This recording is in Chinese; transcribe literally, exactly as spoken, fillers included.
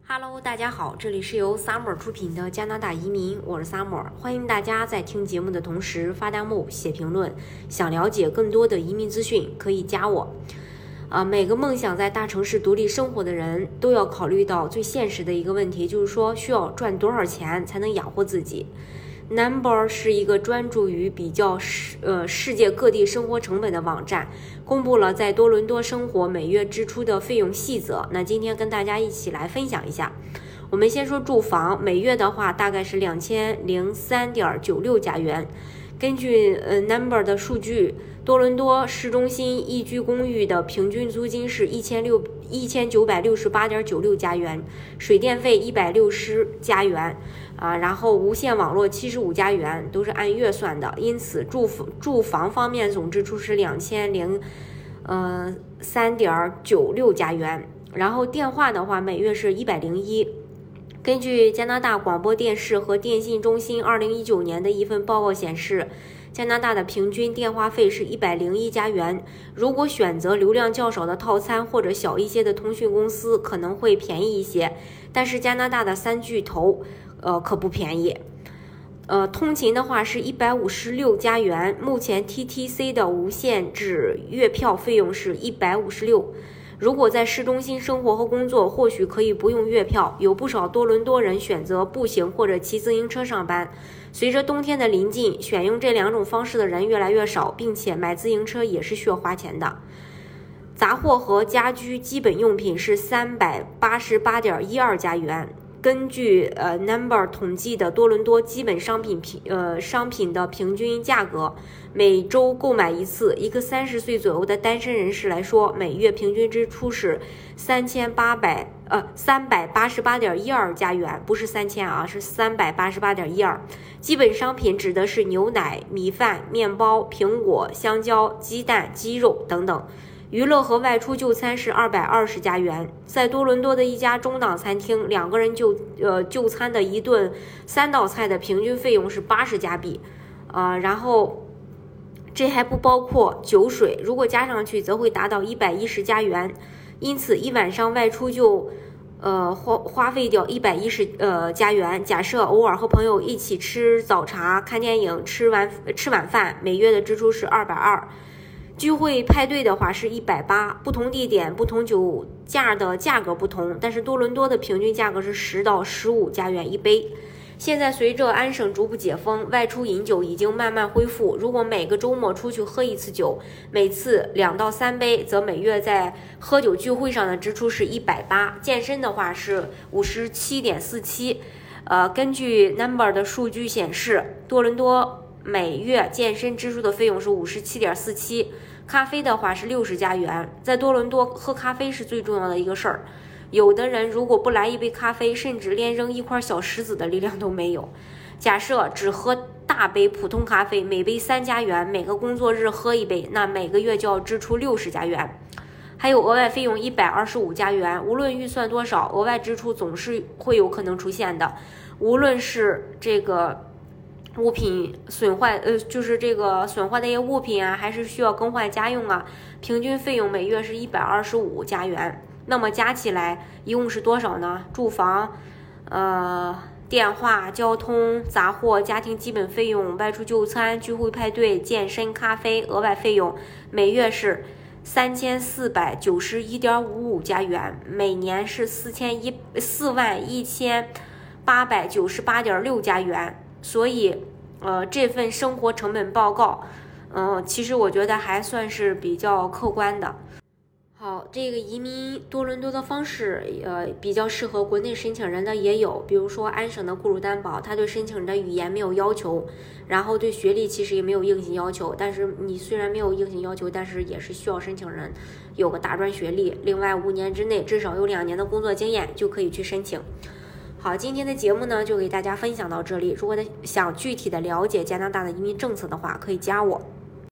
Hello， 大家好，这里是由 Summer 出品的加拿大移民，我是 Summer， 欢迎大家在听节目的同时发弹幕、写评论。想了解更多的移民资讯，可以加我。呃，每个梦想在大城市独立生活的人都要考虑到最现实的一个问题，就是说需要赚多少钱才能养活自己。Number 是一个专注于比较世呃世界各地生活成本的网站，公布了在多伦多生活每月支出的费用细则。那今天跟大家一起来分享一下。我们先说住房，每月的话大概是两千零三点九六加元。根据呃 Number 的数据，多伦多市中心一居公寓的平均租金是一千六一千九百六十八点九六加元，水电费一百六十加元。啊，然后无线网络七十五加元，都是按月算的，因此住住房方面总支出是两千零呃三点九六加元。然后电话的话，每月是一百零一。根据加拿大广播电视和电信中心二零一九年的一份报告显示，加拿大的平均电话费是一百零一加元。如果选择流量较少的套餐或者小一些的通讯公司，可能会便宜一些，但是加拿大的三巨头呃，可不便宜。呃，通勤的话是一百五十六加元，目前 T T C 的无限制月票费用是一百五十六。如果在市中心生活和工作，或许可以不用月票。有不少多伦多人选择步行或者骑自行车上班。随着冬天的临近，选用这两种方式的人越来越少，并且买自行车也是需要花钱的。杂货和家居基本用品是三百八十八点一二加元。根据呃 Number 统计的多伦多基本商品平呃商品的平均价格，每周购买一次，一个三十岁左右的单身人士来说，每月平均支出是三千八百呃三百八十八点一二加元，不是三千啊，是三百八十八点一二。基本商品指的是牛奶、米饭、面包、苹果、香蕉、鸡蛋、鸡肉等等。娱乐和外出就餐是二百二十加元。在多伦多的一家中档餐厅，两个人就呃就餐的一顿三道菜的平均费用是八十加币，呃，然后这还不包括酒水，如果加上去则会达到一百一十加元。因此一晚上外出就呃花花费掉一百一十呃加元。假设偶尔和朋友一起吃早茶、看电影、吃完吃晚饭，每月的支出是二百二。聚会派对的话是一百八，不同地点不同酒价的价格不同，但是多伦多的平均价格是十到十五加元一杯。现在随着安省逐步解封，外出饮酒已经慢慢恢复。如果每个周末出去喝一次酒，每次两到三杯，则每月在喝酒聚会上的支出是一百八。健身的话是五十七点四七。呃，根据 Number 的数据显示，多伦多每月健身支出的费用是五十七点四七，咖啡的话是六十加元。在多伦多喝咖啡是最重要的一个事儿，有的人如果不来一杯咖啡，甚至连扔一块小石子的力量都没有。假设只喝大杯普通咖啡，每杯三加元，每个工作日喝一杯，那每个月就要支出六十加元。还有额外费用一百二十五加元，无论预算多少，额外支出总是会有可能出现的。无论是这个物品损坏，呃，就是这个损坏的一些物品啊，还是需要更换家用啊，平均费用每月是一百二十五加元。那么加起来一共是多少呢？住房、呃、电话、交通、杂货、家庭基本费用、外出就餐、聚会派对、健身、咖啡，额外费用每月是三千四百九十一点五五加元，每年是四千一四万一千八百九十八点六加元。所以，呃，这份生活成本报告，嗯、呃，其实我觉得还算是比较客观的。好，这个移民多伦多的方式，呃，比较适合国内申请人的也有，比如说安省的雇主担保，他对申请人的语言没有要求，然后对学历其实也没有硬性要求，但是你虽然没有硬性要求，但是也是需要申请人有个大专学历，另外五年之内至少有两年的工作经验就可以去申请。好，今天的节目呢就给大家分享到这里。如果想具体的了解加拿大的移民政策的话，可以加我。